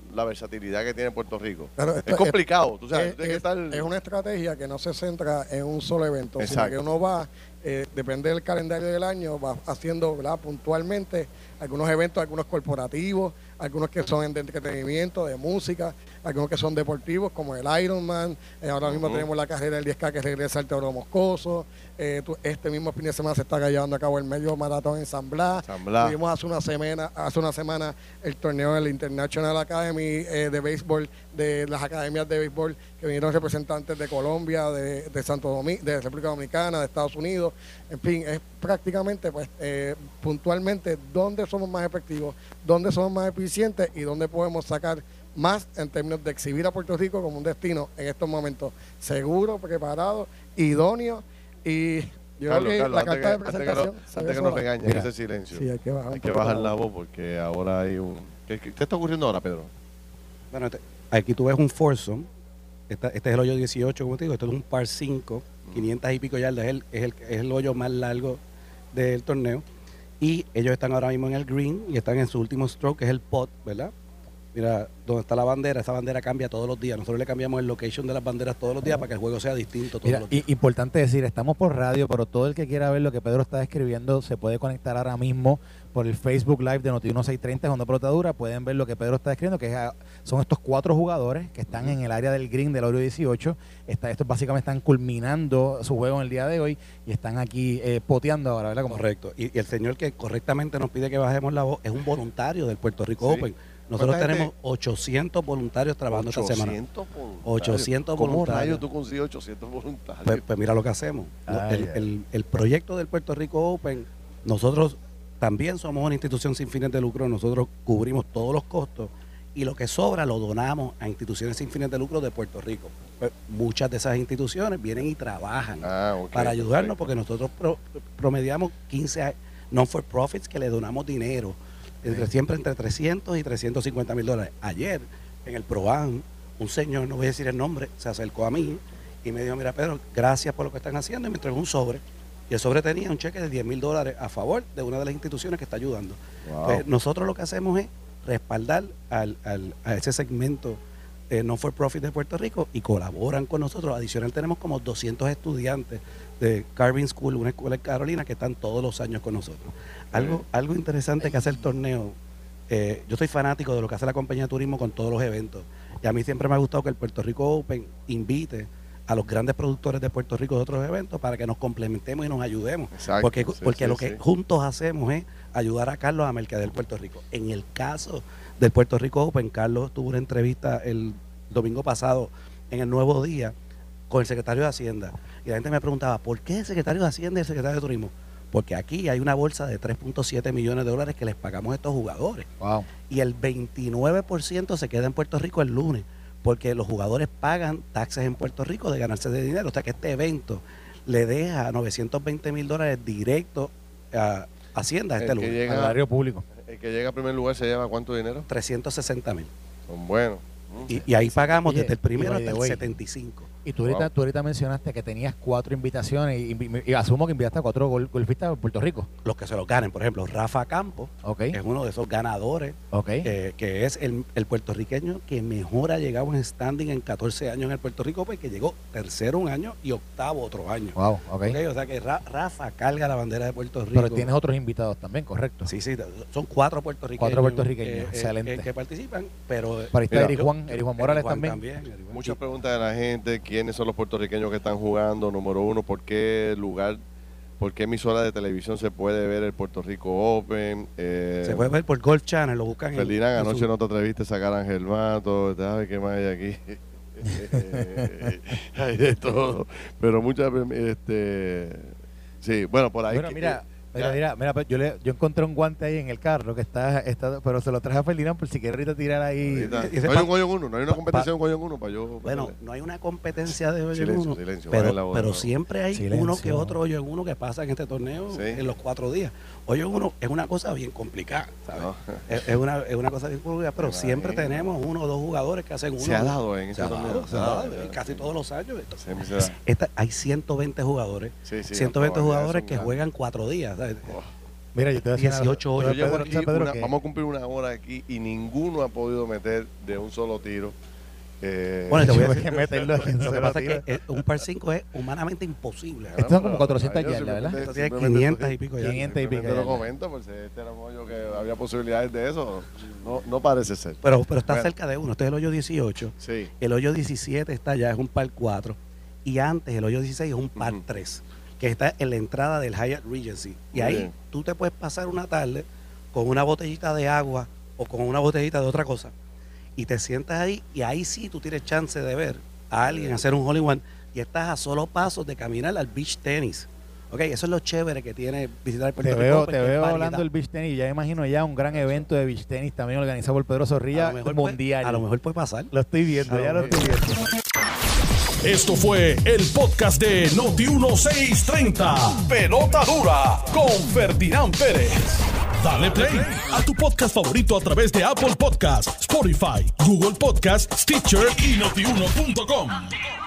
la versatilidad que tiene Puerto Rico. Pero Es complicado, tú sabes. Tienes que estar... Es una estrategia que no se centra en un solo evento, Exacto. sino que uno va, depende del calendario del año, va haciendo, ¿verdad?, puntualmente algunos eventos, algunos corporativos, algunos que son de entretenimiento, de música, algunos que son deportivos, como el Ironman. Ahora mismo tenemos la carrera del 10K que regresa al Teodoro Moscoso. Este mismo fin de semana se está llevando a cabo el medio maratón en San Blas. Tuvimos hace una semana el torneo del International Academy de béisbol, de las academias de béisbol, que vinieron representantes de Colombia, de Santo Domingo, de República Dominicana, de Estados Unidos. En fin, es prácticamente, pues, puntualmente dónde somos más efectivos, dónde somos más eficientes y dónde podemos sacar más en términos de exhibir a Puerto Rico como un destino en estos momentos seguro, preparado, idóneo. Y yo creo que la carta de presentación... Antes que nos regañen ese silencio, sí, hay que bajar la voz porque ahora hay un... ¿Qué está ocurriendo ahora, Pedro? Bueno, aquí tú ves un foursome. Este es el hoyo 18, como te digo. Esto es un par 5, 500 y pico yardas. Es el hoyo más largo del torneo. Y ellos están ahora mismo en el green y están en su último stroke, que es el pot, ¿verdad? Mira, donde está la bandera, esa bandera cambia todos los días. Nosotros le cambiamos el location de las banderas todos los días para que el juego sea distinto todos los días. Importante decir, estamos por radio, pero todo el que quiera ver lo que Pedro está describiendo se puede conectar ahora mismo por el Facebook Live de Noti1630 con Onda Pelotadura. Pueden ver lo que Pedro está describiendo, que son estos 4 jugadores que están en el área del green del hoyo 18. Estos básicamente están culminando su juego en el día de hoy y están aquí poteando ahora, ¿verdad? Correcto. Y el señor que correctamente nos pide que bajemos la voz es un voluntario del Puerto Rico Open. Nosotros tenemos 800 voluntarios trabajando esta semana. 800 ¿Cómo voluntarios. rayos tú consigues 800 voluntarios? Pues mira lo que hacemos. El proyecto del Puerto Rico Open, nosotros también somos una institución sin fines de lucro. Nosotros cubrimos todos los costos y lo que sobra lo donamos a instituciones sin fines de lucro de Puerto Rico. Pues muchas de esas instituciones vienen y trabajan para ayudarnos, porque nosotros promediamos 15 non-for-profits que le donamos dinero. Siempre entre 300 y 350 mil dólares. Ayer, en el ProAm, un señor, no voy a decir el nombre, se acercó a mí y me dijo: mira, Pedro, gracias por lo que están haciendo, y me entregó un sobre. Y el sobre tenía un cheque de 10 mil dólares a favor de una de las instituciones que está ayudando. Pues nosotros lo que hacemos es respaldar a ese segmento non-for-profit de Puerto Rico, y colaboran con nosotros. Adicional, tenemos como 200 estudiantes de Carving School, una escuela en Carolina, que están todos los años con nosotros. Algo interesante que hace el torneo. Yo soy fanático de lo que hace la compañía de turismo con todos los eventos, y a mí siempre me ha gustado que el Puerto Rico Open invite a los grandes productores de Puerto Rico de otros eventos para que nos complementemos y nos ayudemos. Exacto, porque lo que juntos hacemos es ayudar a Carlos a mercadear Puerto Rico. En el caso del Puerto Rico Open, Carlos tuvo una entrevista el domingo pasado en El Nuevo Día con el secretario de Hacienda, y la gente me preguntaba: ¿por qué el secretario de Hacienda y el secretario de Turismo? Porque aquí hay una bolsa de 3.7 millones de dólares que les pagamos a estos jugadores. Wow. Y el 29% se queda en Puerto Rico el lunes, porque los jugadores pagan taxes en Puerto Rico de ganarse de dinero. O sea que este evento le deja 920 mil dólares directo a Hacienda este lunes. Al área público. El que llega a primer lugar se lleva ¿cuánto dinero? 360 mil. Son buenos. Y ahí pagamos desde el primero hasta el 75. Y tú ahorita mencionaste que tenías 4 invitaciones y asumo que invitaste a 4 golfistas de Puerto Rico. Los que se los ganen, por ejemplo, Rafa Campos, que es uno de esos ganadores, que es el puertorriqueño que mejor ha llegado en standing en 14 años en el Puerto Rico, porque llegó tercero un año y octavo otro año. Wow, o sea que Rafa carga la bandera de Puerto Rico. Pero tienes otros invitados también, ¿correcto? Sí, son 4 puertorriqueños. 4 puertorriqueños, excelente. Que participan, pero... Para ahí está Eric Juan Morales también. Muchas preguntas de la gente: ¿quiénes son los puertorriqueños que están jugando? Número 1, ¿por qué emisora de televisión se puede ver el Puerto Rico Open? Se puede ver por Golf Channel, lo buscan. Ferdinand, anoche no te atreviste a sacar a Ángel Mato, ¿sabes qué más hay aquí? Hay de todo, pero muchas, sí, bueno, por ahí. Bueno, mira, yo encontré un guante ahí en el carro que está pero se lo traje a Ferdinand por si quiere ahorita tirar ahí. No hay un hoyo en uno, no hay una competencia de un hoyo en uno para yo. Bueno, no hay una competencia de hoyo en uno, silencio, pero siempre hay uno que otro hoyo en uno que pasa en este torneo en los 4 días. Hoyo en uno es una cosa bien complicada, ¿sabes? No. Es una cosa bien complicada, pero siempre tenemos 1 o 2 jugadores que hacen uno. Se ha dado en este torneo. Casi todos los años. Hay 120 jugadores, 120 jugadores que juegan 4 días. Mira, yo te voy a decir 18 hoyos. Yo llevo Pedro, aquí ¿sabes, Pedro, qué? vamos a cumplir una hora aquí y ninguno ha podido meter de un solo tiro. Bueno, te voy a Hay decir. que meterlo aquí en Lo que cero pasa tiro. es que un par 5 es humanamente imposible. Esto son como 400 yardas, ¿verdad? Esto tiene 500 y pico yardas. 500 y pico. Te lo comento, porque si este era un hoyo que había posibilidades de eso, no parece ser. Pero está Bueno. cerca de uno. Este es el hoyo 18. Sí. El hoyo 17 está ya, es un par 4. Y antes, el hoyo 16 es un par Ujú. 3, que está en la entrada del Hyatt Regency. Y Muy ahí bien. tú te puedes pasar una tarde con una botellita de agua o con una botellita de otra cosa. Y te sientas ahí y ahí sí tú tienes chance de ver a alguien hacer un hole in one. Y estás a solo pasos de caminar al beach tenis. Ok, eso es lo chévere que tiene visitar Puerto Rico. Te porque es veo variedad. hablando del beach tenis. Ya me imagino ya un gran evento de beach tenis también organizado por Pedro Zorrilla A lo mejor mundial. a lo mejor puede pasar. Lo estoy viendo, A ya lo lo estoy mejor. viendo. Esto fue el podcast de Noti1630. Pelota dura con Ferdinand Pérez. Dale play a tu podcast favorito a través de Apple Podcasts, Spotify, Google Podcasts, Stitcher y Notiuno.com.